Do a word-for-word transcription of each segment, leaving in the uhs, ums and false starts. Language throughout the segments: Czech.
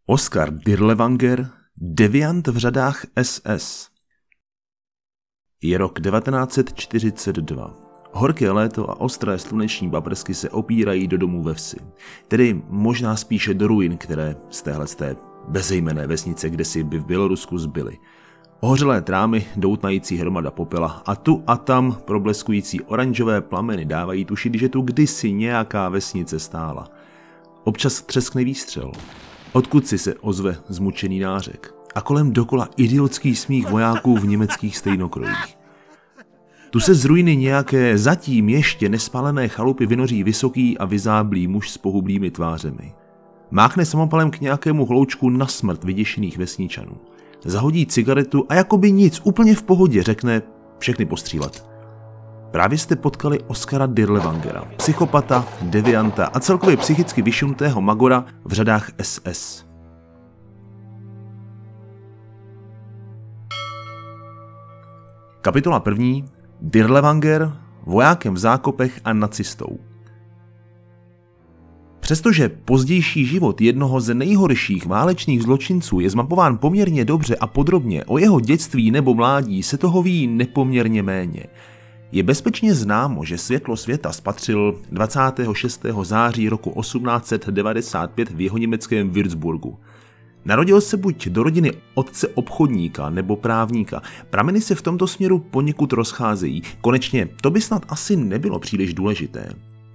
Oskar Dirlewanger, deviant v řadách S S. Je rok devatenáct set čtyřicet dva. Horké léto a ostré sluneční paprsky se opírají do domů ve vsi. Tedy možná spíše do ruin, které z téhleté bezejmenné vesnice kdesi by v Bělorusku zbyly. Ohořelé trámy, doutnající hromada popela a tu a tam probleskující oranžové plameny dávají tušit, že tu kdysi nějaká vesnice stála. Občas třeskne výstřel. Odkud si se ozve zmučený nářek. A kolem dokola idiotský smích vojáků v německých stejnokrojích. Tu se z ruiny nějaké zatím ještě nespálené chalupy vynoří vysoký a vyzáblý muž s pohublými tvářemi. Máchne samopalem k nějakému hloučku na smrt vyděšených vesničanů. Zahodí cigaretu a jakoby nic, úplně v pohodě, řekne všechny postřílet. Právě jste potkali Oskara Dirlewangera, psychopata, devianta a celkově psychicky vyšunutého magora v řadách S S. Kapitola první. Dirlewanger, vojákem v zákopech a nacistou. Přestože pozdější život jednoho ze nejhorších válečných zločinců je zmapován poměrně dobře a podrobně, o jeho dětství nebo mládí se toho ví nepoměrně méně. Je bezpečně známo, že světlo světa spatřil dvacátého šestého září roku osmnáct set devadesát pět v jeho německém Würzburgu. Narodil se buď do rodiny otce obchodníka nebo právníka. Prameny se v tomto směru poněkud rozcházejí. Konečně to by snad asi nebylo příliš důležité.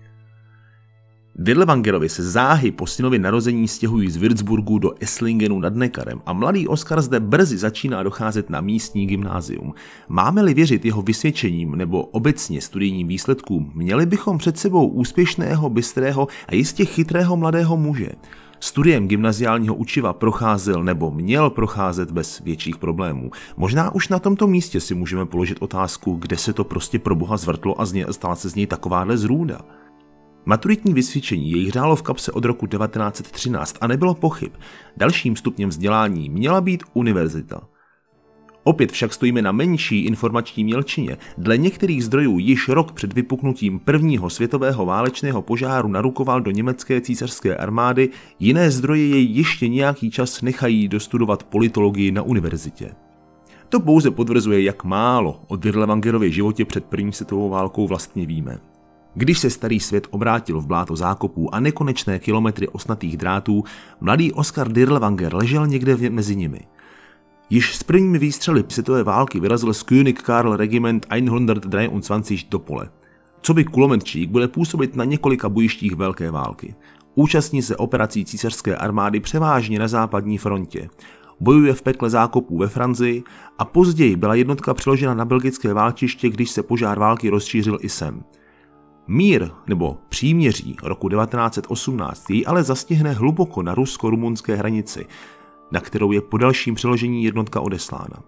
Dirlewangerovi se záhy po synově narození stěhují z Würzburgu do Esslingenu nad Neckarem a mladý Oskar zde brzy začíná docházet na místní gymnázium. Máme-li věřit jeho vysvědčením nebo obecně studijním výsledkům, měli bychom před sebou úspěšného, bystrého a jistě chytrého mladého muže. Studiem gymnaziálního učiva procházel nebo měl procházet bez větších problémů. Možná už na tomto místě si můžeme položit otázku, kde se to prostě pro boha zvrtlo a stala se z něj takováhle zrůda. Maturitní vysvědčení jej hřálo v kapse od roku devatenáct set třináct a nebylo pochyb. Dalším stupněm vzdělání měla být univerzita. Opět však stojíme na menší informační mělčině. Dle některých zdrojů již rok před vypuknutím prvního světového válečného požáru narukoval do německé císařské armády, jiné zdroje jej ještě nějaký čas nechají dostudovat politologii na univerzitě. To pouze potvrzuje, jak málo o Dirlewangerově životě před první světovou válkou vlastně víme. Když se starý svět obrátil v bláto zákopů a nekonečné kilometry osnatých drátů, mladý Oskar Dirlewanger ležel někde mezi nimi. Již s prvními výstřely světové války vyrazil z König Karl Regiment sto dvacet tři do pole. Coby kulometčík bude působit na několika bojištích Velké války. Účastní se operací císařské armády převážně na západní frontě. Bojuje v pekle zákopů ve Francii a později byla jednotka přeložena na belgické válčiště, když se požár války rozšířil i sem. Mír nebo příměří roku devatenáct set osmnáct jej ale zastihne hluboko na rusko-rumunské hranici, na kterou je po dalším přeložení jednotka odeslána.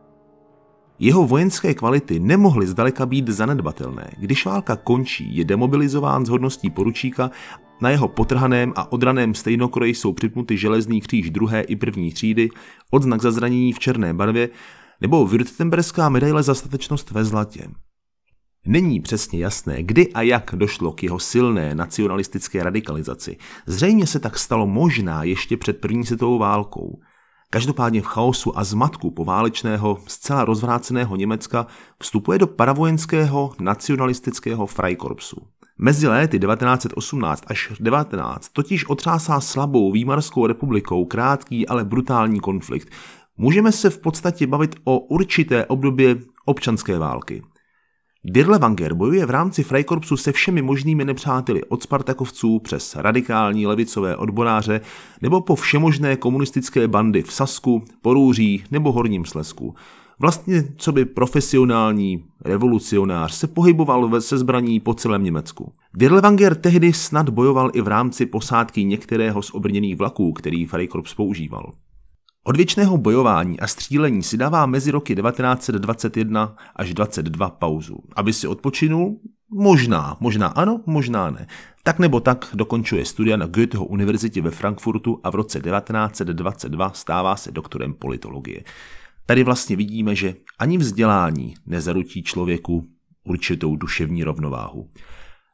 Jeho vojenské kvality nemohly zdaleka být zanedbatelné. Když válka končí, je demobilizován s hodností poručíka, na jeho potrhaném a odraném stejnokroji jsou připnuty železný kříž druhé i první třídy, odznak za zranění v černé barvě nebo württemberská medaile za statečnost ve zlatě. Není přesně jasné, kdy a jak došlo k jeho silné nacionalistické radikalizaci. Zřejmě se tak stalo možná ještě před první světovou válkou. Každopádně v chaosu a zmatku poválečného, zcela rozvráceného Německa vstupuje do paravojenského nacionalistického Freikorpsu. Mezi léty devatenáct set osmnáct až devatenáct totiž otřásá slabou Výmarskou republikou krátký, ale brutální konflikt. Můžeme se v podstatě bavit o určité období občanské války. Dirlewanger bojuje v rámci Freikorpsu se všemi možnými nepřáteli od Spartakovců přes radikální levicové odboráře nebo po všemožné komunistické bandy v Sasku, Porúří nebo Horním Slezsku. Vlastně coby profesionální revolucionář se pohyboval se zbraní po celém Německu. Dirlewanger tehdy snad bojoval i v rámci posádky některého z obrněných vlaků, který Freikorps používal. Od věčného bojování a střílení si dává mezi roky devatenáct set dvacet jedna až dvacet dva pauzu. Aby si odpočinul? Možná, možná ano, možná ne. Tak nebo tak dokončuje studia na Goetheho univerzitě ve Frankfurtu a v roce devatenáct set dvacet dva stává se doktorem politologie. Tady vlastně vidíme, že ani vzdělání nezarutí člověku určitou duševní rovnováhu.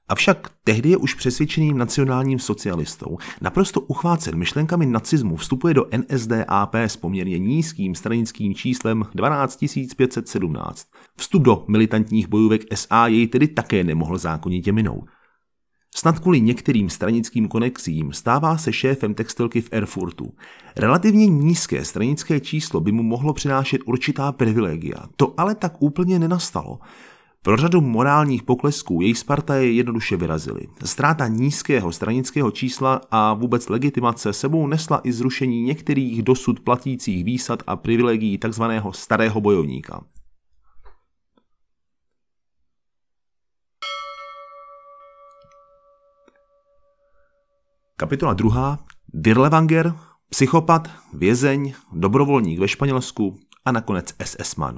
Avšak tehdy je už přesvědčeným nacionálním socialistou. Naprosto uchvácen myšlenkami nacismu vstupuje do N S D A P s poměrně nízkým stranickým číslem dvanáct tisíc pět set sedmnáct. Vstup do militantních bojůvek S A jej tedy také nemohl zákonitě minout. Snad kvůli některým stranickým konexím stává se šéfem textilky v Erfurtu. Relativně nízké stranické číslo by mu mohlo přinášet určitá privilegia. To ale tak úplně nenastalo. Pro řadu morálních poklesků jej Spartaje jednoduše vyrazili. Ztráta nízkého stranického čísla a vůbec legitimace sebou nesla i zrušení některých dosud platících výsad a privilegií tzv. Starého bojovníka. Kapitola druhá. Dirlewanger, psychopat, vězeň, dobrovolník ve Španělsku a nakonec S S man.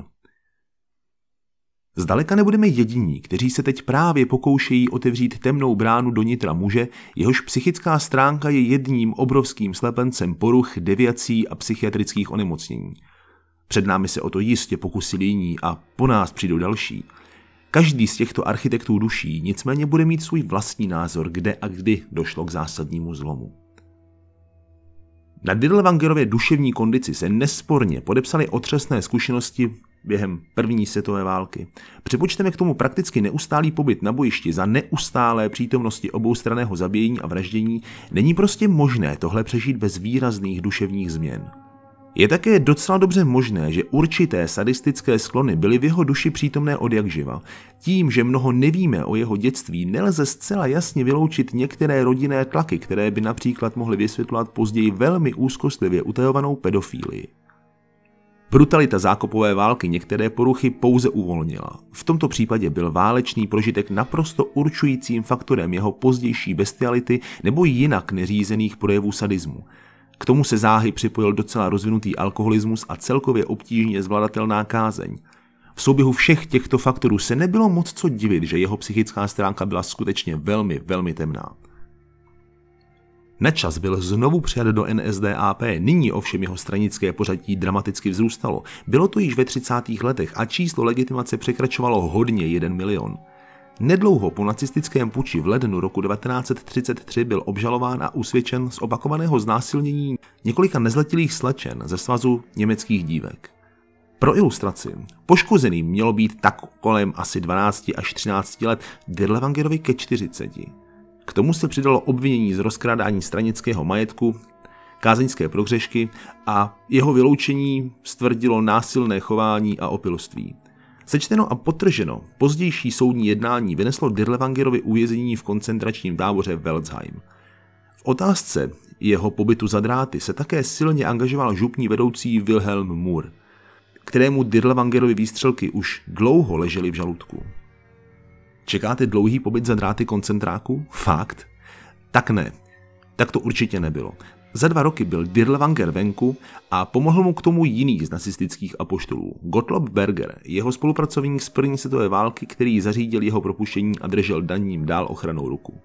Zdaleka nebudeme jediní, kteří se teď právě pokoušejí otevřít temnou bránu do nitra muže, jehož psychická stránka je jedním obrovským slepencem poruch, deviací a psychiatrických onemocnění. Před námi se o to jistě pokusili jiní a po nás přijdou další. Každý z těchto architektů duší nicméně bude mít svůj vlastní názor, kde a kdy došlo k zásadnímu zlomu. Na Dirlewangerově duševní kondici se nesporně podepsaly otřesné zkušenosti během první světové války. Připočteme k tomu prakticky neustálý pobyt na bojišti za neustálé přítomnosti oboustranného zabíjení a vraždění, není prostě možné tohle přežít bez výrazných duševních změn. Je také docela dobře možné, že určité sadistické sklony byly v jeho duši přítomné odjakživa. Tím, že mnoho nevíme o jeho dětství, nelze zcela jasně vyloučit některé rodinné tlaky, které by například mohly vysvětlovat později velmi úzkostlivě utajovanou pedofílii. Brutalita zákopové války některé poruchy pouze uvolnila. V tomto případě byl válečný prožitek naprosto určujícím faktorem jeho pozdější bestiality nebo jinak neřízených projevů sadismu. K tomu se záhy připojil docela rozvinutý alkoholismus a celkově obtížně zvladatelná kázeň. V souběhu všech těchto faktorů se nebylo moc co divit, že jeho psychická stránka byla skutečně velmi, velmi temná. Načas byl znovu přijat do N S D A P, nyní ovšem jeho stranické pořadí dramaticky vzrůstalo. Bylo to již ve třicátých letech a číslo legitimace překračovalo hodně jeden milion. Nedlouho po nacistickém puči v lednu roku devatenáct set třicet tři byl obžalován a usvědčen z opakovaného znásilnění několika nezletilých slečen ze svazu německých dívek. Pro ilustraci, poškozeným mělo být tak kolem asi dvanáct až třináct let, Dirlewangerovi ke čtyřiceti. K tomu se přidalo obvinění z rozkrádání stranického majetku, kázeňské prohřešky a jeho vyloučení stvrdilo násilné chování a opilství. Sečteno a potrženo, pozdější soudní jednání vyneslo Dirlewangerovi uvěznění v koncentračním táboře Welzheim. V otázce jeho pobytu za dráty se také silně angažoval župní vedoucí Wilhelm Moore, kterému Dirlewangerovi výstřelky už dlouho ležely v žaludku. Čekáte dlouhý pobyt za dráty koncentráku? Fakt? Tak ne. Tak to určitě nebylo. Za dva roky byl Dirlewanger venku a pomohl mu k tomu jiný z nacistických apoštolů, Gottlob Berger, jeho spolupracovník z první světové války, který zařídil jeho propuštění a držel daním dál ochranou ruku.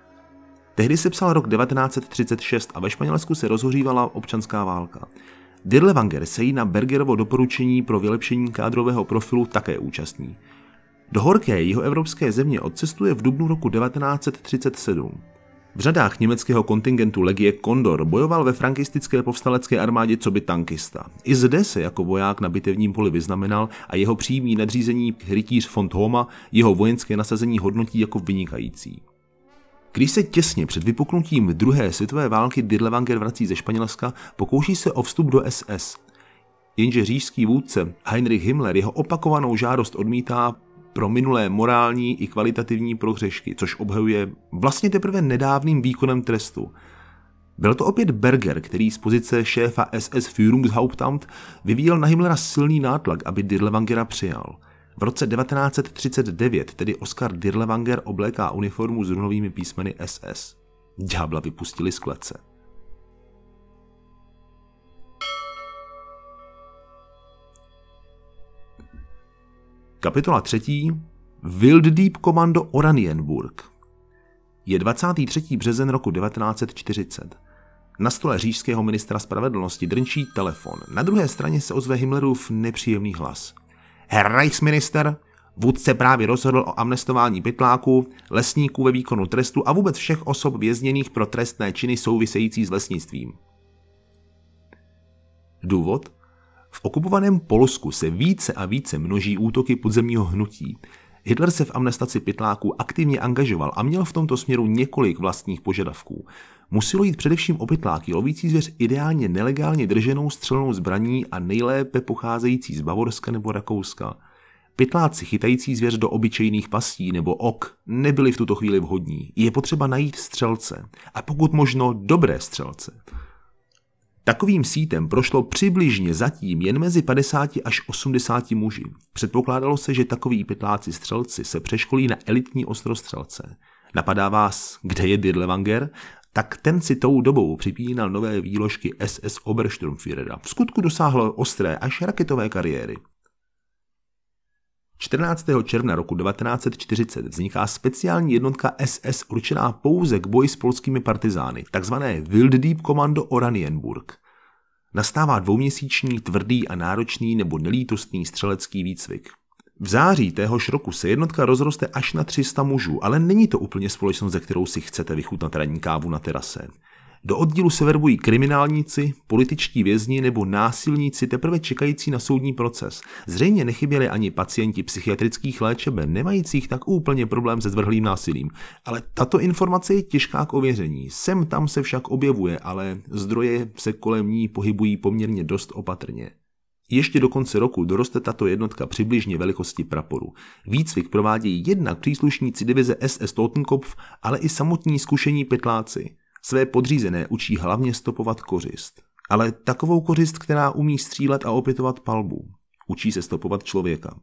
Tehdy se psal rok devatenáct set třicet šest a ve Španělsku se rozhořívala občanská válka. Dirlewanger se jí na Bergerovo doporučení pro vylepšení kádrového profilu také účastní. Do horké jihoevropské země odcestuje v dubnu roku devatenáct set třicet sedm. V řadách německého kontingentu Legie Condor bojoval ve frankistické povstalecké armádě coby tankista. I zde se jako voják na bitevním poli vyznamenal a jeho přímý nadřízení rytíř von Thoma jeho vojenské nasazení hodnotí jako vynikající. Když se těsně před vypuknutím druhé světové války Dirlewanger vrací ze Španělska, pokouší se o vstup do S S. Jenže říšský vůdce Heinrich Himmler jeho opakovanou žádost odmítá pro minulé morální i kvalitativní prohřešky, což obhajuje vlastně teprve nedávným výkonem trestu. Byl to opět Berger, který z pozice šéfa S S Führungshauptamt vyvíjel na Himmlera silný nátlak, aby Dirlewangera přijal. V roce devatenáct set třicet devět tedy Oskar Dirlewanger obléká uniformu s runovými písmeny S S. Ďábla vypustili z klece. Kapitola třetí. Wilddieb Kommando Oranienburg. Je dvacátého třetího březen roku devatenáct set čtyřicet. Na stole říšského ministra spravedlnosti drnčí telefon. Na druhé straně se ozve Himmlerův nepříjemný hlas. Herr Reichsminister, Vůdce právě rozhodl o amnestování pytláků, lesníků ve výkonu trestu a vůbec všech osob vězněných pro trestné činy související s lesnictvím. Důvod? V okupovaném Polsku se více a více množí útoky podzemního hnutí. Hitler se v amnestaci pytláků aktivně angažoval a měl v tomto směru několik vlastních požadavků. Muselo jít především o pytláky lovící zvěř ideálně nelegálně drženou střelnou zbraní a nejlépe pocházející z Bavorska nebo Rakouska. Pytláci chytající zvěř do obyčejných pastí nebo ok nebyli v tuto chvíli vhodní. Je potřeba najít střelce. A pokud možno dobré střelce. Takovým sítem prošlo přibližně zatím jen mezi padesáti až osmdesáti muži. Předpokládalo se, že takoví pytláci střelci se přeškolí na elitní ostrostřelce. Napadá vás, kde je Dirlewanger? Tak ten si tou dobou připínal nové výložky S S Obersturmführera. V skutku dosáhl ostré až raketové kariéry. čtrnáctého června roku devatenáct set čtyřicet vzniká speciální jednotka S S určená pouze k boji s polskými partizány, takzvané Wilddieb-Kommando Oranienburg. Nastává dvouměsíční, tvrdý a náročný nebo nelítostný střelecký výcvik. V září téhož roku se jednotka rozroste až na tři sta mužů, ale není to úplně společnost, ze kterou si chcete vychutnat ranní kávu na terase. Do oddílu se verbují kriminálníci, političtí vězni nebo násilníci teprve čekající na soudní proces. Zřejmě nechyběli ani pacienti psychiatrických léčeben, nemajících tak úplně problém se zvrhlým násilím. Ale tato informace je těžká k ověření. Sem tam se však objevuje, ale zdroje se kolem ní pohybují poměrně dost opatrně. Ještě do konce roku doroste tato jednotka přibližně velikosti praporu. Výcvik provádějí jednak příslušníci divize S S Totenkopf, ale i samotní zkušení pytláci. Své podřízené učí hlavně stopovat kořist. Ale takovou kořist, která umí střílet a opětovat palbu. Učí se stopovat člověka.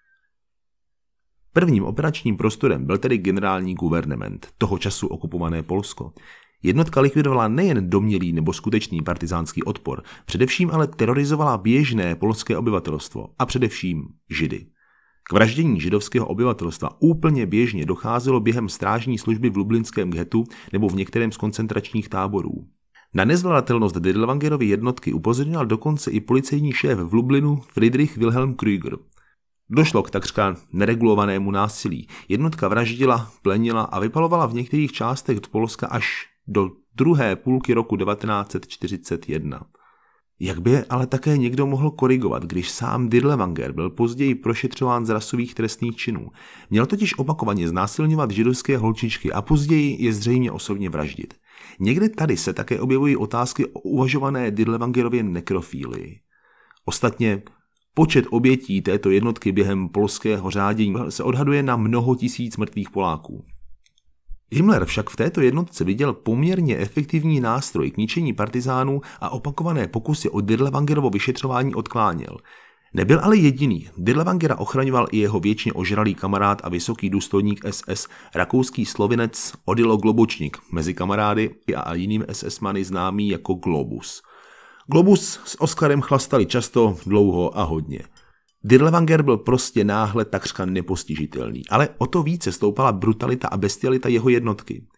Prvním operačním prostorem byl tedy generální guvernement, toho času okupované Polsko. Jednotka likvidovala nejen domnělý nebo skutečný partizánský odpor, především ale terorizovala běžné polské obyvatelstvo a především Židy. K vraždění židovského obyvatelstva úplně běžně docházelo během strážní služby v lublinském ghetu nebo v některém z koncentračních táborů. Na nezvladatelnost Dirlewangerovy jednotky upozorňoval dokonce i policejní šéf v Lublinu Friedrich Wilhelm Krüger. Došlo k takřka neregulovanému násilí. Jednotka vraždila, plenila a vypalovala v některých částech Polska až do druhé půlky roku devatenáct set čtyřicet jedna. Jak by je ale také někdo mohl korigovat, když sám Dirlewanger byl později prošetřován z rasových trestných činů. Měl totiž opakovaně znásilňovat židovské holčičky a později je zřejmě osobně vraždit. Někde tady se také objevují otázky o uvažované Dirlewangerově nekrofílii. Ostatně počet obětí této jednotky během polského řádění se odhaduje na mnoho tisíc mrtvých Poláků. Himmler však v této jednotce viděl poměrně efektivní nástroj k ničení partizánů a opakované pokusy o Dirlewangerovo vyšetřování odkláněl. Nebyl ale jediný. Dirlewangera ochraňoval i jeho věčně ožralý kamarád a vysoký důstojník S S, rakouský slovinec Odilo Globočnik, mezi kamarády a jiným esesmany známý jako Globus. Globus s Oskarem chlastali často, dlouho a hodně. Dirlewanger byl prostě náhle takřka nepostižitelný, ale o to více stoupala brutalita a bestialita jeho jednotky.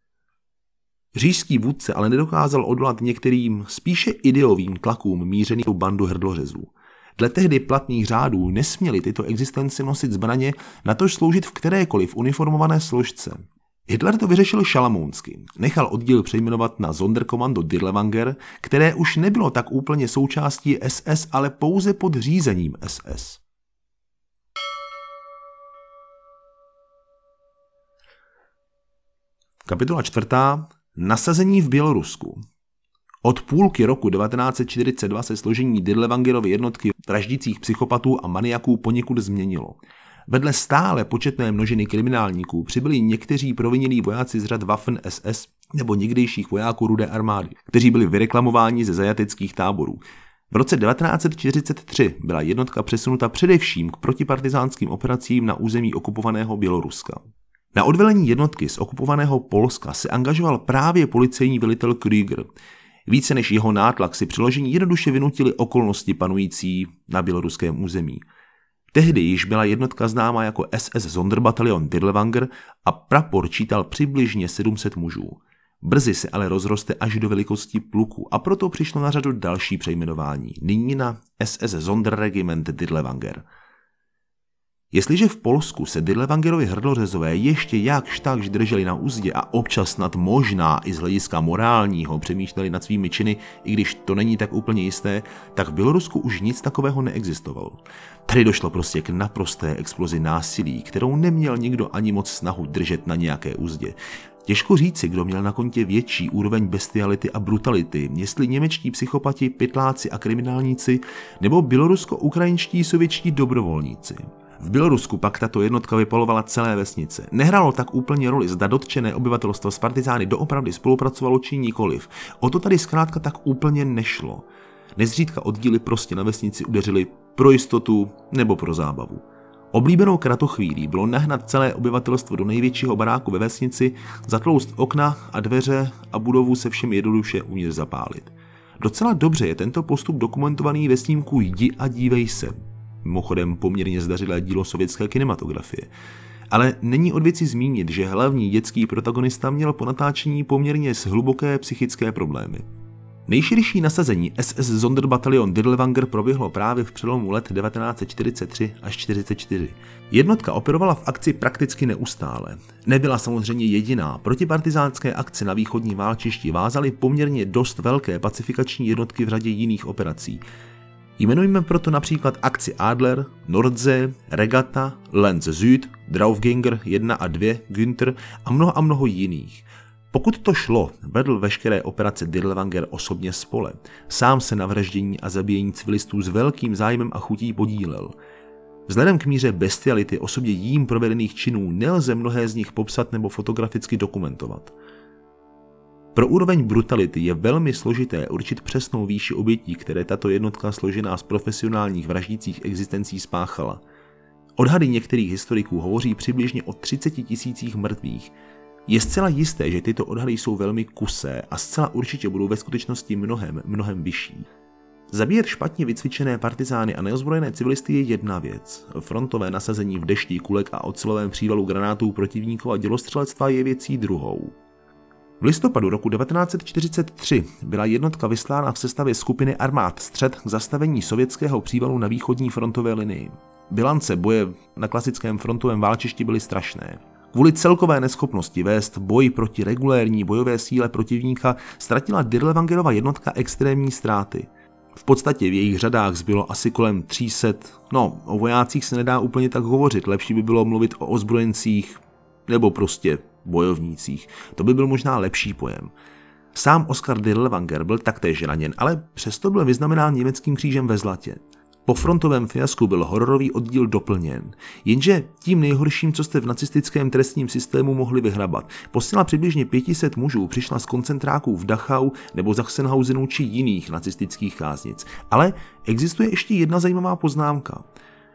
Říšský vůdce ale nedokázal odolat některým spíše ideovým tlakům mířených bandu hrdlořezů. Dle tehdy platných řádů nesměly tyto existence nosit zbraně, natož sloužit v kterékoliv uniformované složce. Hitler to vyřešil šalamounsky. Nechal oddíl přejmenovat na Sonderkommando Dirlewanger, které už nebylo tak úplně součástí S S, ale pouze pod řízením S S. Kapitola čtvrtá. Nasazení v Bělorusku. Od půlky roku devatenáct set čtyřicet dva se složení Dirlewangerovy jednotky vraždících psychopatů a maniaků poněkud změnilo. Vedle stále početné množiny kriminálníků přibyli někteří provinění vojáci z řad Waffen S S nebo někdejších vojáků Rudé armády, kteří byli vyreklamováni ze zajateckých táborů. V roce devatenáct set čtyřicet tři byla jednotka přesunuta především k protipartizánským operacím na území okupovaného Běloruska. Na odvelení jednotky z okupovaného Polska se angažoval právě policejní velitel Krüger. Více než jeho nátlak si přiložení jednoduše vynutili okolnosti panující na běloruském území. Tehdy již byla jednotka známá jako S S Sonderbataillon Dirlewanger a prapor čítal přibližně sedm set mužů. Brzy se ale rozroste až do velikosti pluku a proto přišlo na řadu další přejmenování, nyní na S S Sonderregiment Dirlewanger. Jestliže v Polsku se Dirlewangerovi hrdlořezové ještě jakž takž drželi na uzdě a občas snad možná i z hlediska morálního přemýšleli nad svými činy, i když to není tak úplně jisté, tak v Bělorusku už nic takového neexistovalo. Tady došlo prostě k naprosté explozi násilí, kterou neměl nikdo ani moc snahu držet na nějaké uzdě. Těžko říci, kdo měl na kontě větší úroveň bestiality a brutality, jestli němečtí psychopati, pytláci a kriminálníci, nebo bělorusko-ukrajinští sovětští dobrovolníci. V Bělorusku pak tato jednotka vypalovala celé vesnice. Nehrálo tak úplně roli, zda dotčené obyvatelstvo s partizány doopravdy spolupracovalo či nikoliv. O to tady zkrátka tak úplně nešlo. Nezřídka oddíly prostě na vesnici udeřili pro jistotu nebo pro zábavu. Oblíbenou kratochvílí bylo nahnat celé obyvatelstvo do největšího baráku ve vesnici, zatlouct okna a dveře a budovu se všem jednoduše uvnitř zapálit. Docela dobře je tento postup dokumentovaný ve snímku Jdi a dívej se. Mimochodem poměrně zdařilé dílo sovětské kinematografie. Ale není od věci zmínit, že hlavní dětský protagonista měl po natáčení poměrně hluboké psychické problémy. Nejširší nasazení S S Sonderbataillon Dirlewanger proběhlo právě v přelomu let devatenáct set čtyřicet tři až čtyřicet čtyři. Jednotka operovala v akci prakticky neustále. Nebyla samozřejmě jediná. Protipartizánské akce na východní válčišti vázaly poměrně dost velké pacifikační jednotky v řadě jiných operací. Jmenujeme proto například akci Adler, Nordsee, Regatta, Lenz Süd, Draufgänger jedna a dva, Günther a mnoho a mnoho jiných. Pokud to šlo, vedl veškeré operace Dirlewanger osobně z pole. Sám se na vraždění a zabíjení civilistů s velkým zájmem a chutí podílel. Vzhledem k míře bestiality osobně jím provedených činů nelze mnohé z nich popsat nebo fotograficky dokumentovat. Pro úroveň brutality je velmi složité určit přesnou výši obětí, které tato jednotka složená z profesionálních vraždících existencí spáchala. Odhady některých historiků hovoří přibližně o třiceti tisících mrtvých. Je zcela jisté, že tyto odhady jsou velmi kusé a zcela určitě budou ve skutečnosti mnohem, mnohem vyšší. Zabíjet špatně vycvičené partizány a neozbrojené civilisty je jedna věc. Frontové nasazení v dešti kulek a ocelovém přívalu granátů protivníkova dělostřelectva je věcí druhou. V listopadu roku devatenáct set čtyřicet tři byla jednotka vyslána v sestavě skupiny armád Střed k zastavení sovětského přívalu na východní frontové linii. Bilance boje na klasickém frontovém válčišti byly strašné. Kvůli celkové neschopnosti vést boj proti regulérní bojové síle protivníka ztratila Dirlewangerova jednotka extrémní ztráty. V podstatě v jejich řadách zbylo asi kolem tři sta, no o vojácích se nedá úplně tak hovořit, lepší by bylo mluvit o ozbrojencích nebo prostě bojovnících. To by byl možná lepší pojem. Sám Oskar Dirlewanger byl taktéž raněn, ale přesto byl vyznamenán německým křížem ve zlatě. Po frontovém fiasku byl hororový oddíl doplněn, jenže tím nejhorším, co jste v nacistickém trestním systému mohli vyhrabat. Posila přibližně pět set mužů přišla z koncentráků v Dachau nebo Sachsenhausenu či jiných nacistických káznic. Ale existuje ještě jedna zajímavá poznámka.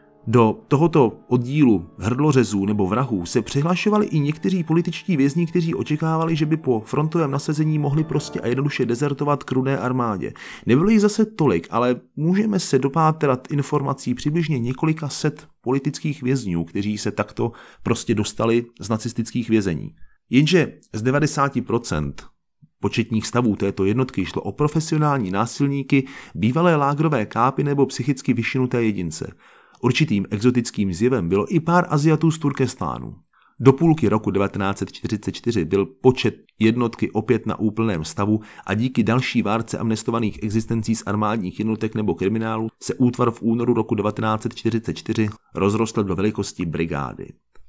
Do tohoto oddílu hrdlořezů nebo vrahů se přihlašovali i někteří političtí vězni, kteří očekávali, že by po frontovém nasazení mohli prostě a jednoduše dezertovat k Rudé armádě. Nebylo jich zase tolik, ale můžeme se dopátrat informací přibližně několika set politických vězňů, kteří se takto prostě dostali z nacistických vězení. Jenže z devadesát procent početních stavů této jednotky šlo o profesionální násilníky, bývalé lágrové kápy nebo psychicky vyšinuté jedince. Určitým exotickým zjevem bylo i pár Aziatů z Turkestánu. Do půlky roku devatenáct set čtyřicet čtyři byl počet jednotky opět na úplném stavu a díky další várce amnestovaných existencí z armádních jednotek nebo kriminálů se útvar v únoru roku devatenáct set čtyřicet čtyři rozrostl do velikosti brigády.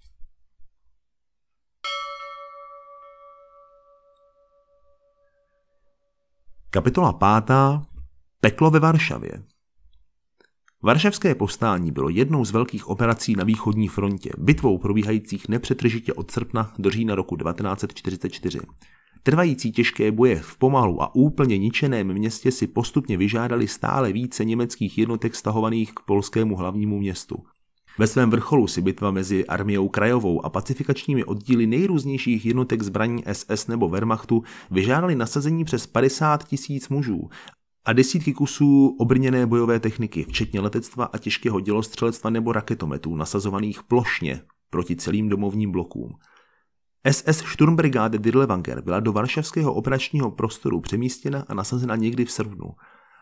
Kapitola pátá. Peklo ve Varšavě. Varšavské povstání bylo jednou z velkých operací na východní frontě, bitvou probíhajících nepřetržitě od srpna do října roku devatenáct set čtyřicet čtyři. Trvající těžké boje v pomalu a úplně ničeném městě si postupně vyžádali stále více německých jednotek stahovaných k polskému hlavnímu městu. Ve svém vrcholu si bitva mezi armiou krajovou a pacifikačními oddíly nejrůznějších jednotek zbraní S S nebo Wehrmachtu vyžádali nasazení přes padesát tisíc mužů a desítky kusů obrněné bojové techniky, včetně letectva a těžkého dělostřelectva nebo raketometů nasazovaných plošně proti celým domovním blokům. S S Sturmbrigáde Dirlewanger byla do varšavského operačního prostoru přemístěna a nasazena někdy v srpnu.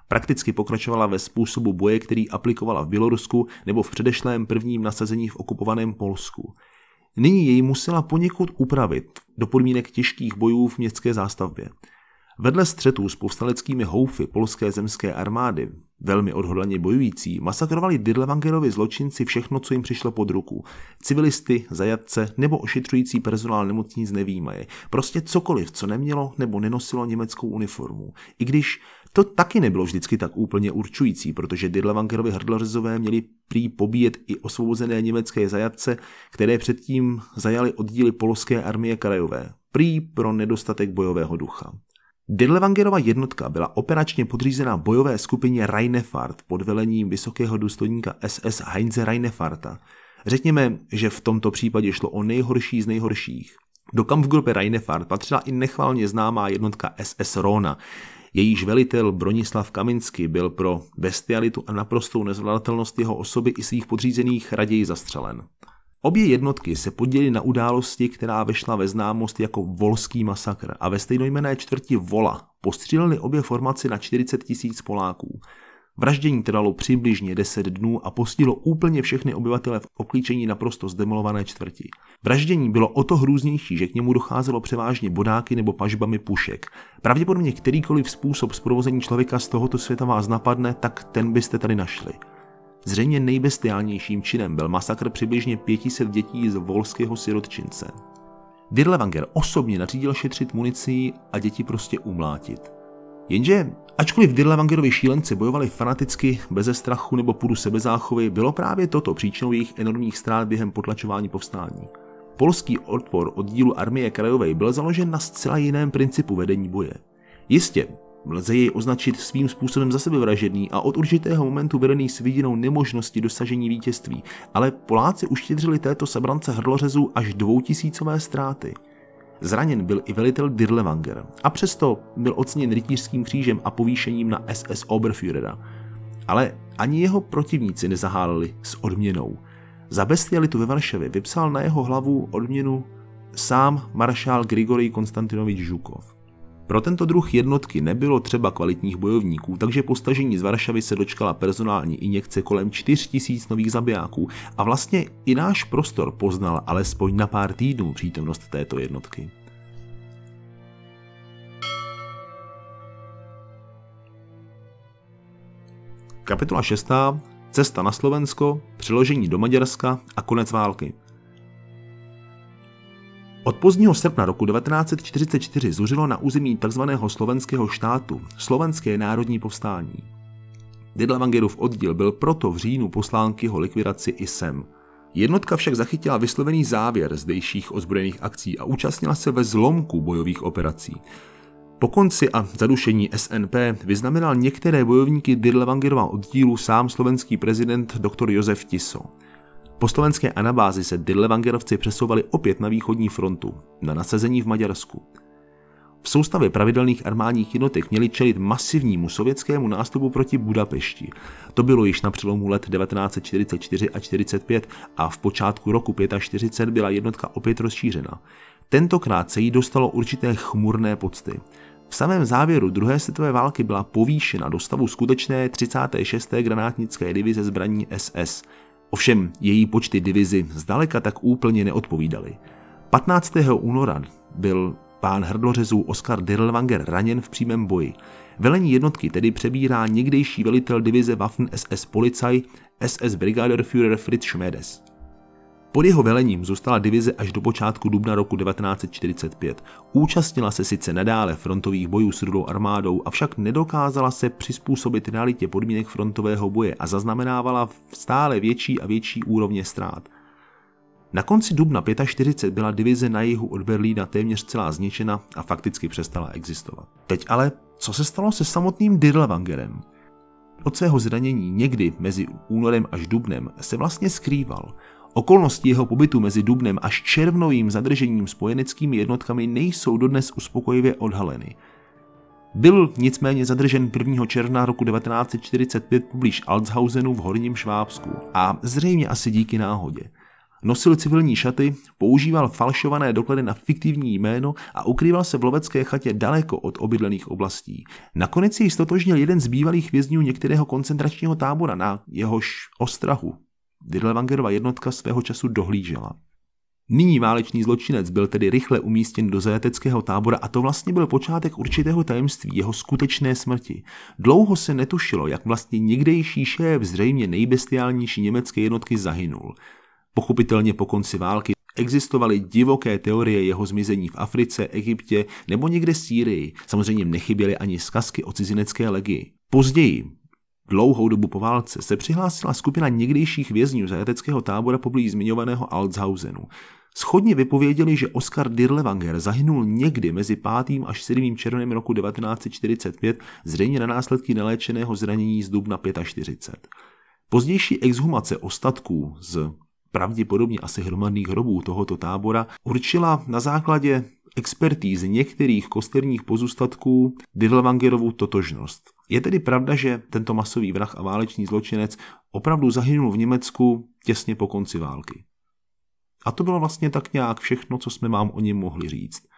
Prakticky pokračovala ve způsobu boje, který aplikovala v Bělorusku nebo v předešlém prvním nasazení v okupovaném Polsku. Nyní jej musela poněkud upravit do podmínek těžkých bojů v městské zástavbě. Vedle střetů s povstaleckými houfy polské zemské armády, velmi odhodlaně bojující, masakrovali Dirlewangerovi zločinci všechno, co jim přišlo pod ruku. Civilisty, zajatce nebo ošetřující personál nemocnic nevýmaje. Prostě cokoliv, co nemělo nebo nenosilo německou uniformu. I když to taky nebylo vždycky tak úplně určující, protože Dirlewangerovi hrdlořezové měli prý pobíjet i osvobozené německé zajatce, které předtím zajali oddíly polské armie krajové. Prý pro nedostatek bojového ducha. Dirlewangerova jednotka byla operačně podřízená bojové skupině Rheinefahrt pod velením vysokého důstojníka S S Heinze Rheinefahrta. Řekněme, že v tomto případě šlo o nejhorší z nejhorších. Do Kampfgruppe Rheinefahrt patřila i nechvalně známá jednotka S S Rona. Jejíž velitel Bronislav Kaminsky byl pro bestialitu a naprostou nezvladatelnost jeho osoby i svých podřízených raději zastřelen. Obě jednotky se podělily na události, která vešla ve známost jako Volský masakr a ve stejnojmenné čtvrti Vola postříleli obě formaci na čtyřicet tisíc Poláků. Vraždění trvalo přibližně deset dnů a postihlo úplně všechny obyvatele v obklíčení naprosto zdemolované čtvrti. Vraždění bylo o to hrůznější, že k němu docházelo převážně bodáky nebo pažbami pušek. Pravděpodobně kterýkoliv způsob zprovození člověka z tohoto světa vás napadne, tak ten byste tady našli. Zřejmě nejbestiálnějším činem byl masakr přibližně pět set dětí z volského sirotčince. Dirlewanger osobně nařídil šetřit municí a děti prostě umlátit. Jenže, ačkoliv Dirlewangerovi šílenci bojovali fanaticky, beze strachu nebo půdu sebezáchovy, bylo právě toto příčinou jejich enormních ztrát během potlačování povstání. Polský odpor oddílu armie krajové byl založen na zcela jiném principu vedení boje. Jistě, lze jej označit svým způsobem za sebevražedný a od určitého momentu vedený s vidinou nemožnosti dosažení vítězství, ale Poláci uštědřili této sebrance hrdlořezů až dvoutisícové ztráty. Zraněn byl i velitel Dirlewanger a přesto byl oceněn rytířským křížem a povýšením na S S Oberführera. Ale ani jeho protivníci nezaháleli s odměnou. Za bestialitu ve Varšavě vypsal na jeho hlavu odměnu sám maršál Grigorij Konstantinovič Žukov. Pro tento druh jednotky nebylo třeba kvalitních bojovníků, takže po stažení z Varšavy se dočkala personální injekce kolem čtyři tisíce nových zabijáků a vlastně i náš prostor poznal alespoň na pár týdnů přítomnost této jednotky. Kapitola šestá. Cesta na Slovensko, přeložení do Maďarska a konec války. Od pozdního srpna roku devatenáct set čtyřicet čtyři zuřilo na území tzv. Slovenského štátu Slovenské národní povstání. Dirlewangerův oddíl byl proto v říjnu poslán k jeho likvidaci i sem. Jednotka však zachytila vyslovený závěr zdejších ozbrojených akcí a účastnila se ve zlomku bojových operací. Po konci a zadušení S N P vyznamenal některé bojovníky Dirlewangerova oddílu sám slovenský prezident doktor Josef Tiso. Po slovenské anabázi se Dirlewangerovci přesouvali opět na východní frontu, na nasazení v Maďarsku. V soustavě pravidelných armádních jednotek měli čelit masivnímu sovětskému nástupu proti Budapešti. To bylo již na přelomu let devatenáct set čtyřicet čtyři a čtyřicet pět a v počátku roku čtyřicet pět byla jednotka opět rozšířena. Tentokrát se jí dostalo určité chmurné pocty. V samém závěru druhé světové války byla povýšena do stavu skutečné třicáté šesté granátnické divize zbraní S S. Ovšem její počty divizi zdaleka tak úplně neodpovídaly. patnáctého února byl pán hrdlořezů Oskar Dirlewanger raněn v přímém boji. Velení jednotky tedy přebírá někdejší velitel divize Waffen S S Polizei S S Brigadeführer Fritz Schmedes. Pod jeho velením zůstala divize až do počátku dubna roku devatenáct set čtyřicet pět. Účastnila se sice nadále frontových bojů s Rudou armádou, avšak nedokázala se přizpůsobit realitě podmínek frontového boje a zaznamenávala stále větší a větší úrovně ztrát. Na konci dubna čtyřicet pět byla divize na jihu od Berlína téměř celá zničena a fakticky přestala existovat. Teď ale, co se stalo se samotným Dirlewangerem? Od svého zranění někdy mezi únorem až dubnem se vlastně skrýval. Okolnosti jeho pobytu mezi dubnem až červnovým zadržením spojeneckými jednotkami nejsou dodnes uspokojivě odhaleny. Byl nicméně zadržen prvního června roku devatenáct set čtyřicet pět poblíž Altshausenu v Horním Švábsku a zřejmě asi díky náhodě. Nosil civilní šaty, používal falšované doklady na fiktivní jméno a ukrýval se v lovecké chatě daleko od obydlených oblastí. Nakonec jej stotožnil jeden z bývalých vězňů některého koncentračního tábora, na jehož ostrahu Dirlewangerova jednotka svého času dohlížela. Nyní válečný zločinec byl tedy rychle umístěn do zajateckého tábora a to vlastně byl počátek určitého tajemství jeho skutečné smrti. Dlouho se netušilo, jak vlastně někdejší šéf zřejmě nejbestiálnější německé jednotky zahynul. Pochopitelně po konci války existovaly divoké teorie jeho zmizení v Africe, Egyptě nebo někde Sýrii. Samozřejmě nechyběly ani zkazky o cizinecké legii. Později, dlouhou dobu po válce, se přihlásila skupina někdejších vězňů zajateckého tábora poblíž zmiňovaného Altshausenu. Shodně vypověděli, že Oskar Dirlewanger zahynul někdy mezi pátým až sedmým červnem roku devatenáct set čtyřicet pět, zřejmě na následky neléčeného zranění z dubna čtyřicet pět. Pozdější exhumace ostatků z pravděpodobně asi hromadných hrobů tohoto tábora určila na základě expertízy některých kosterních pozůstatků Dirlewangerovu totožnost. Je tedy pravda, že tento masový vrah a válečný zločinec opravdu zahynul v Německu těsně po konci války. A to bylo vlastně tak nějak všechno, co jsme vám o něm mohli říct.